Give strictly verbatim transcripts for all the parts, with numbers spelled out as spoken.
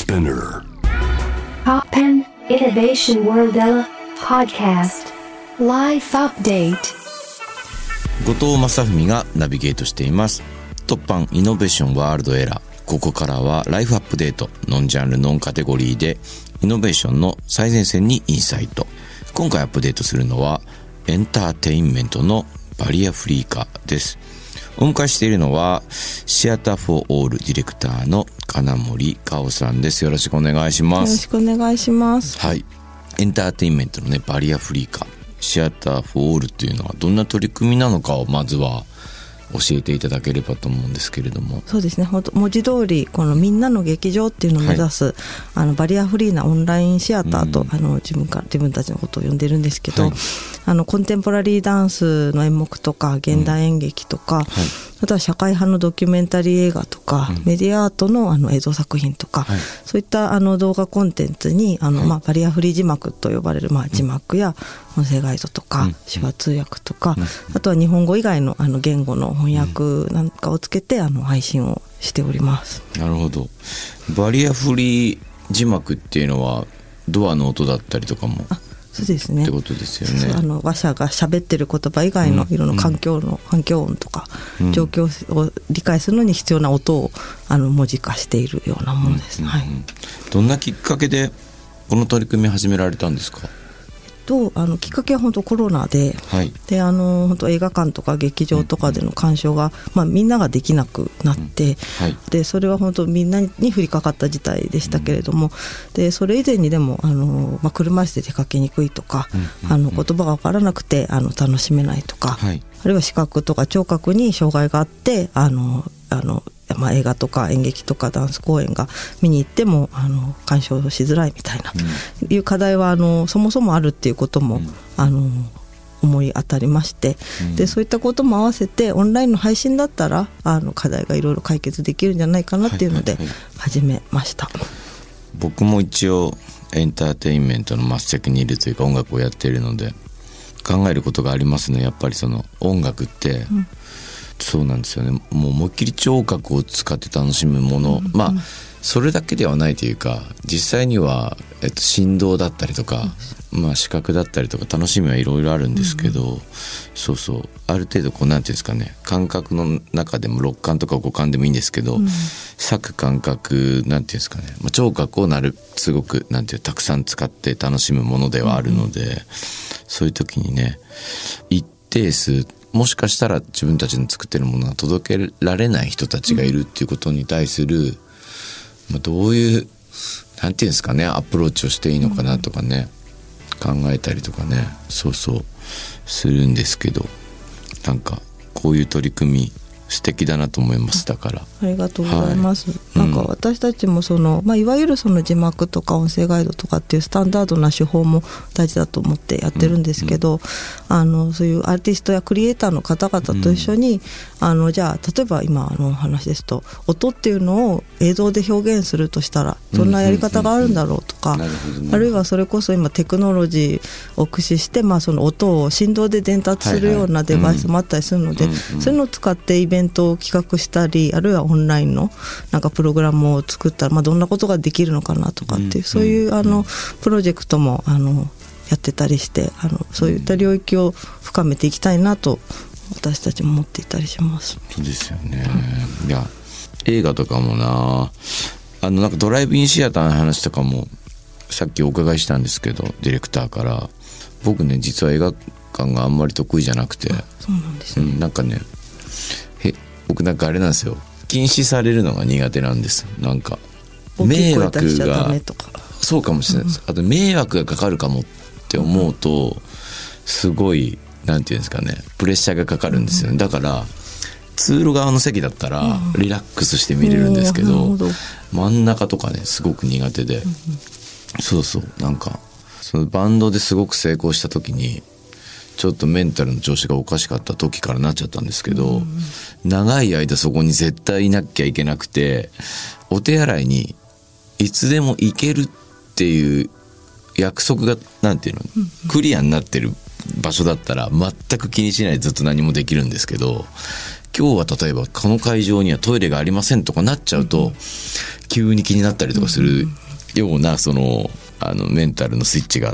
Spinner Poppen Innovation World Ella Podcast Life Update 後藤正文がナビゲートしています。突破イノベーションワールドエラー。ここからはライフアップデート、ノンジャンルノンカテゴリーでイノベーションの最前線にインサイト。今回アップデートするのはエンターテインメントのバリアフリー化です。お迎えしているのはシアターフォーオールディレクターの金森香緒さんです。よろしくお願いします。 よろしくお願いします。 はい。エンターテインメントのねバリアフリー化、シアターフォーオールっていうのはどんな取り組みなのかをまずは教えていただければと思うんですけれども。 そうですね、本当文字通りこのみんなの劇場っていうのを目指す、はい、あのバリアフリーなオンラインシアターと、うん、あの自分か自分たちのことを呼んでるんですけど、はい、あのコンテンポラリーダンスの演目とか現代演劇とか、うん、はい、あとは社会派のドキュメンタリー映画とか、うん、メディアアート の, あの映像作品とか、はい、そういったあの動画コンテンツにあの、はい、まあ、バリアフリー字幕と呼ばれる、まあ、字幕や音声ガイドとか、うん、手話通訳とか、うん、あとは日本語以外 の, あの言語の翻訳なんかをつけてあの配信をしております。 なるほど。バリアフリー字幕っていうのはドアの音だったりとかもそうですね。 ってことですよね。 あの話者が喋ってる言葉以外のいろんな環境の、うん、環境音とか、うん、状況を理解するのに必要な音をあの文字化しているようなものです、うんうんうん、はい。 どんなきっかけでこの取り組み始められたんですか？ とあのきっかけは本当コロナで、はい、であの本当映画館とか劇場とかでの鑑賞が、まあ、みんなができなくなって、うん、はい、でそれは本当みんなに降りかかった事態でしたけれども、うん、でそれ以前にでもあの、まあ、車椅子で出かけにくいとか、うんうん、あの言葉が分からなくてあの楽しめないとか、はい、あるいは視覚とか聴覚に障害があってあのあのまあ、映画とか演劇とかダンス公演が見に行ってもあの鑑賞しづらいみたいな、うん、いう課題はあのそもそもあるっていうことも、うん、あの思い当たりまして、うん、でそういったことも合わせてオンラインの配信だったらあの課題がいろいろ解決できるんじゃないかなっていうので始めました、はいはいはい。 僕も一応エンターテインメントの真っ先にいるというか音楽をやっているので考えることがありますね。やっぱりその音楽って、うん、そうなんですよね。もう思いっきり聴覚を使って楽しむもの、うんうん、まあそれだけではないというか実際には、えっと、振動だったりとか、うん、まあ視覚だったりとか楽しみはいろいろあるんですけど、うんうん、そうそうある程度こうなんていうんですかね、感覚の中でも六感とか五感でもいいんですけど、うん、割く感覚なんていうんですかね、まあ、聴覚をなるすごくなんていうたくさん使って楽しむものではあるので、うんうん、そういう時にね一定数もしかしたら自分たちの作ってるものが届けられない人たちがいるっていうことに対する、うん、まあ、どういうなんていうんですかねアプローチをしていいのかなとかね、うん、考えたりとかね、そうそうするんですけど、なんかこういう取り組み素敵だなと思います。だからありがとうございます、はい、なんか私たちもその、まあ、いわゆるその字幕とか音声ガイドとかっていうスタンダードな手法も大事だと思ってやってるんですけど、うんうん、あのそういうアーティストやクリエイターの方々と一緒に、うん、あのじゃあ例えば今の話ですと音っていうのを映像で表現するとしたらどんなやり方があるんだろうとか、あるいはそれこそ今テクノロジーを駆使して、まあ、その音を振動で伝達するようなデバイスもあったりするので、はいはい、うん、そういうのを使ってイベントイベントを企画したり、あるいはオンラインのなんかプログラムを作ったら、まあ、どんなことができるのかなとかっていう、うん、そういうあのプロジェクトもあのやってたりして、あのそういった領域を深めていきたいなと私たちも思っていたりします。 そうですよね、うん、いや映画とかもなあのなんかドライブインシアターの話とかもさっきお伺いしたんですけどディレクターから、僕ね実は映画館があんまり得意じゃなくて、 そうなんですね、 うん、なんかね僕なんかあれなんですよ、禁止されるのが苦手なんです。なんか迷惑がそうかもしれないです、うん、あと迷惑がかかるかもって思うと、うん、すごいなんていうんですかねプレッシャーがかかるんですよね、うん、だから通路側の席だったらリラックスして見れるんですけど、うん、真ん中とかねすごく苦手で、うん、そうそうなんかそのバンドですごく成功した時にちょっとメンタルの調子がおかしかった時からなっちゃったんですけど、うん、長い間そこに絶対いなきゃいけなくて、お手洗いにいつでも行けるっていう約束がなんていうの、うん、クリアになってる場所だったら全く気にしないでずっと何もできるんですけど、今日は例えばこの会場にはトイレがありませんとかなっちゃうと、うん、気急に気になったりとかするようなそのあのメンタルのスイッチがあって、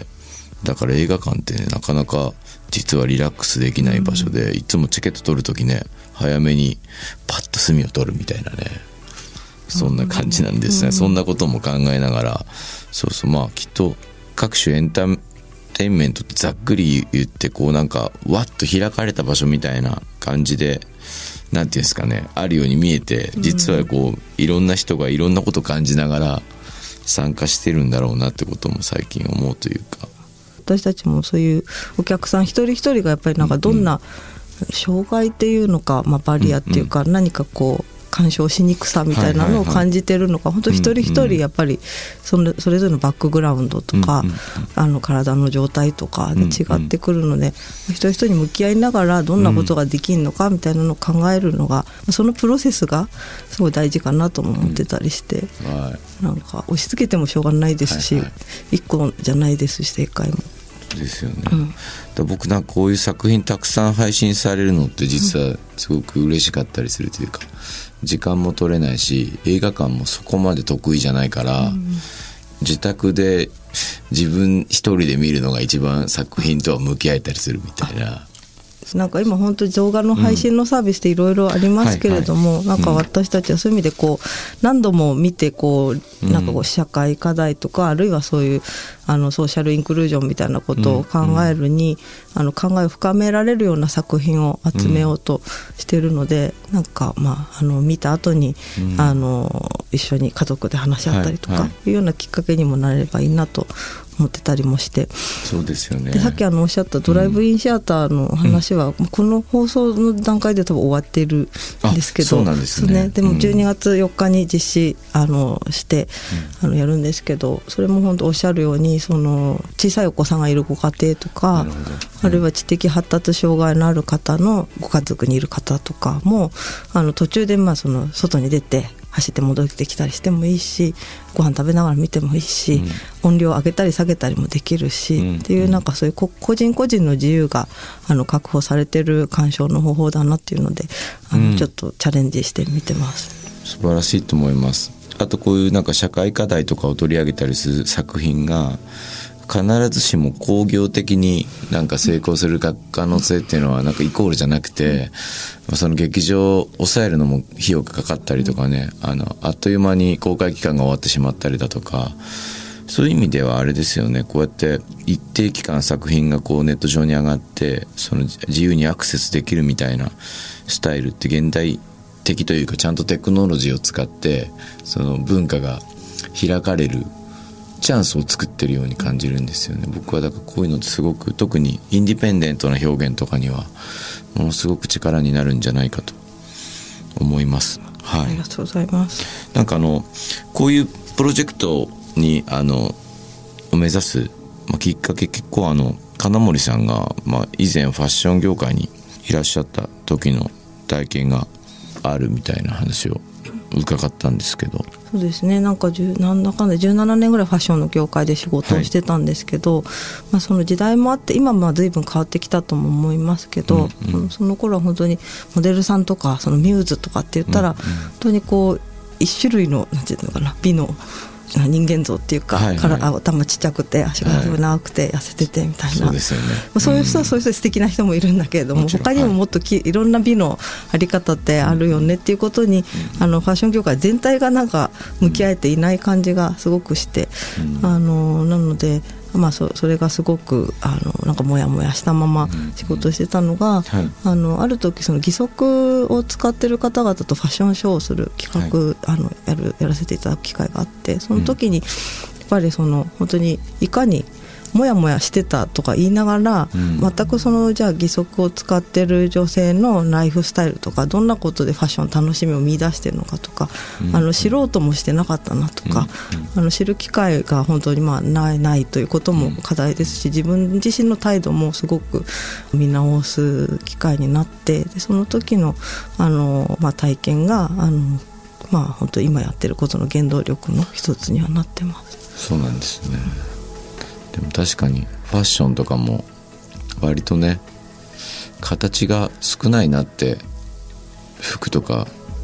だから映画館ってね、なかなか実はリラックスできない場所で、いつもチケット取るときね、早めにパッと隅を取るみたいなね、そんな感じなんですね、うん、そんなことも考えながら、そうそう、まあきっと各種エンターテインメントってざっくり言って、こうなんかわっと開かれた場所みたいな感じで、なんていうんですかね、あるように見えて、実はこういろんな人がいろんなこと感じながら参加してるんだろうなってことも最近思うというか、 私たちもそういうお客さん一人一人がやっぱりなんかどんな障害っていうのか、まあ、バリアっていうか、何かこう干渉しにくさみたいなのを感じてるのか、本当一人一人やっぱりそれ、それぞれのバックグラウンドとか、あの体の状態とかで違ってくるので、一人一人に向き合いながらどんなことができるのかみたいなのを考えるのが、そのプロセスがすごい大事かなとも思ってたりして、なんか押し付けてもしょうがないですし、一個じゃないですし、正解もですよね、うん、だ僕なんかこういう作品たくさん配信されるのって実はすごく嬉しかったりするというか、時間も取れないし映画館もそこまで得意じゃないから、うん、自宅で自分一人で見るのが一番作品とは向き合えたりするみたいな。 なんか今本当に動画の配信のサービスっていろいろありますけれども、なんか私たちはそういう意味でこう何度も見てこうなんかこう社会課題とか、あるいはそういうあのソーシャルインクルージョンみたいなことを考えるに、あの考えを深められるような作品を集めようとしているので、なんかまああの見た後にあの一緒に家族で話し合ったりとかいうようなきっかけにもなればいいなと思ってたりもして。 そうですよね。 でさっきあのおっしゃったドライブインシアターの話は、うん、この放送の段階で多分終わっているんですけど、 そうなんですね。 でもじゅうにがつよっかに実施あのして、うん、あのやるんですけど、それも本当おっしゃるようにその小さいお子さんがいるご家庭とか、うん、あるいは知的発達障害のある方のご家族にいる方とかも、あの途中でまあその外に出て走って戻ってきたりしてもいいし、ご飯食べながら見てもいいし、うん、音量上げたり下げたりもできるし、うん、っていうなんかそういう個人個人の自由があの確保されてる鑑賞の方法だなっていうので、あの、うん、ちょっとチャレンジしてみてます。 素晴らしいと思います。あとこういうなんか社会課題とかを取り上げたりする作品が必ずしも工業的になんか成功する可能性っていうのはなんかイコールじゃなくて、その劇場を抑えるのも費用がかかったりとかね、あのあっという間に公開期間が終わってしまったりだとか、そういう意味ではあれですよね、こうやって一定期間作品がこうネット上に上がってその自由にアクセスできるみたいなスタイルって現代的というか、ちゃんとテクノロジーを使ってその文化が開かれるチャンスを作ってるように感じるんですよね。僕はだからこういうのってすごく、特にインディペンデントな表現とかにはものすごく力になるんじゃないかと思います。はい、 ありがとうございます。 なんかあのこういうプロジェクトにあのを目指す、まあ、きっかけ、結構あの金森さんが、まあ、以前ファッション業界にいらっしゃった時の体験があるみたいな話を伺ったんですけど。 そうですね、なんかなんだかんだじゅうななねんぐらいファッションの業界で仕事をしてたんですけど、はい、まあ、その時代もあって今は随分変わってきたとも思いますけど、うんうん、その頃は本当にモデルさんとかそのミューズとかって言ったら、うんうん、本当にこう一種類のなんていうのかな、美の人間像っていうか、はいはい、から頭ちっちゃくて足が長くて痩せててみたいな、はい、そうですよね、そういう人はそういう人素敵な人もいるんだけれども、も他にももっとき、はい、いろんな美のあり方ってあるよねっていうことに、うん、あのファッション業界全体がなんか向き合えていない感じがすごくして、うん、あのなので、まあ、そ, それがすごくあのなんかモヤモヤしたまま仕事してたのが、うんうん、はい、あのある時その義足を使ってる方々とファッションショーをする企画、はい、あの や, るやらせていただく機会があって、その時にやっぱりその本当にいかにもやもやしてたとか言いながら、うん、全くそのじゃあ義足を使ってる女性のライフスタイルとかどんなことでファッション楽しみを見出してるのかとか、うん、あの知ろうともしてなかったなとか、うん、あの知る機会が本当にまあない、ないということも課題ですし、自分自身の態度もすごく見直す機会になって、でその時の、あの、まあ、体験があの、まあ、本当今やってることの原動力の一つにはなってます。 そうなんですね。でも確かにファッションとかも割とね、形が少ないなって服とか着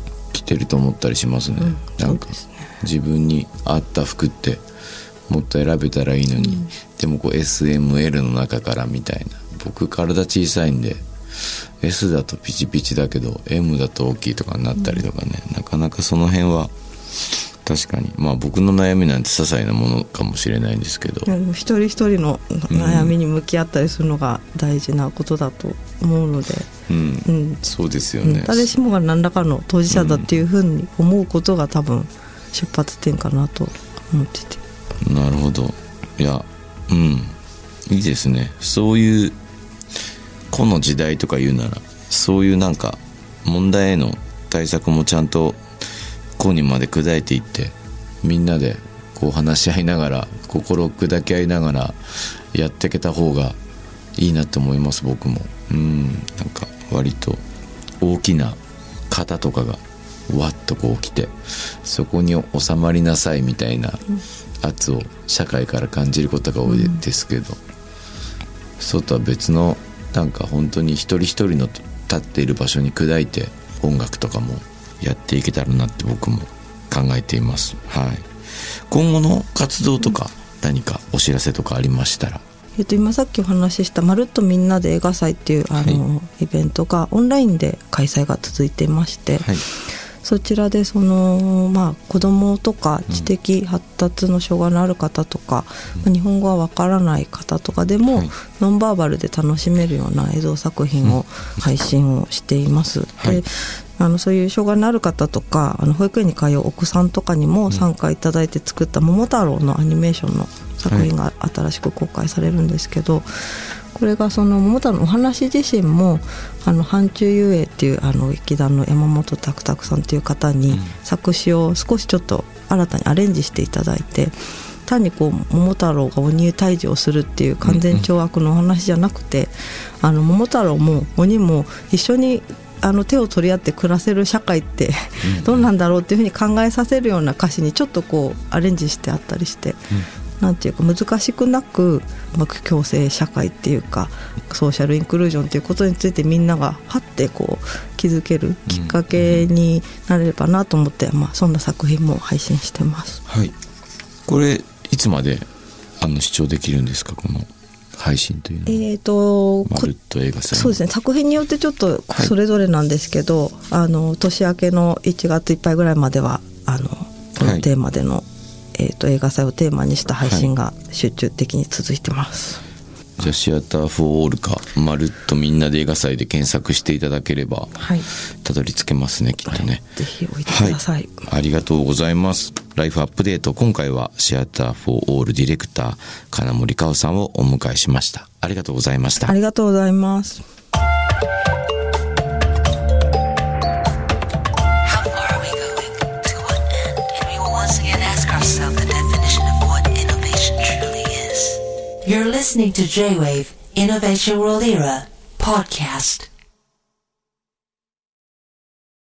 てると思ったりしますね、うん、なんか、ね、自分に合った服ってもっと選べたらいいのに、うん、でもこう エスエムエル の中からみたいな。僕体小さいんで S だとピチピチだけど エム だと大きいとかになったりとかね、うん、なかなかその辺は確かにまあ僕の悩みなんて些細なものかもしれないんですけど、 一人一人の悩みに向き合ったりするのが大事なことだと思うので、 うんうん、そうですよね、 誰しもが何らかの当事者だっていうふうに思うことが多分出発点かなと思ってて、 なるほど。いや、うんいいですね。そういうこの時代とか言うならそういうなんか問題への対策もちゃんと個にまで砕いていってみんなでこう話し合いながら心を砕き合いながらやっていけた方がいいなって思います。僕もうんなんか割と大きな型とかがわっとこう来てそこに収まりなさいみたいな圧を社会から感じることが多いですけど、うん、外は別のなんか本当に一人一人の立っている場所に砕いて音楽とかもやっていけたらなって僕も考えています、はい、今後の活動とか何かお知らせとかありましたら。 えっと、今さっきお話ししたまるっとみんなで映画祭っていうあの、はい、イベントがオンラインで開催が続いていまして、はい、そちらでその、まあ、子どもとか知的発達の障害のある方とか、うん、日本語がわからない方とかでも、はい、ノンバーバルで楽しめるような映像作品を配信をしています、うん、で、はい、あのそういう障害のある方とかあの保育園に通うお子さんとかにも参加いただいて作った桃太郎のアニメーションの作品が新しく公開されるんですけど、はい、これがその桃太郎のお話自身もあの阪中遊泳っていうあの劇団の山本拓拓さんという方に作詞を少しちょっと新たにアレンジしていただいて、単にこう桃太郎が鬼退治をするっていう完全懲悪のお話じゃなくて、あの桃太郎も鬼も一緒にあの手を取り合って暮らせる社会ってどうなんだろうっていうふうに考えさせるような歌詞にちょっとこうアレンジしてあったりして、なんていうか難しくなく共生社会っていうかソーシャルインクルージョンということについてみんながはってこう気づけるきっかけになれればなと思って、まあ、そんな作品も配信してます、 はい、これいつまであの視聴できるんですか、この配信というのは。 えーとまるっと映画祭。 そうですね、作品によってちょっとそれぞれなんですけど、はい、あの年明けのいちがついっぱいぐらいまではあのこのテーマでの、はい、えー、と映画祭をテーマにした配信が集中的に続いてます、はい、 じゃあシアターフォーオールかまるっとみんなで映画祭で検索していただければ、はい、たどり着けますねきっとね、 はい、ぜひおいでください、 はい、ありがとうございます。ライフアップデート、今回はシアターフォーオールディレクター金森香織さんをお迎えしました。ありがとうございました。 ありがとうございます。 You're listening to J-Wave Innovation World Era podcast.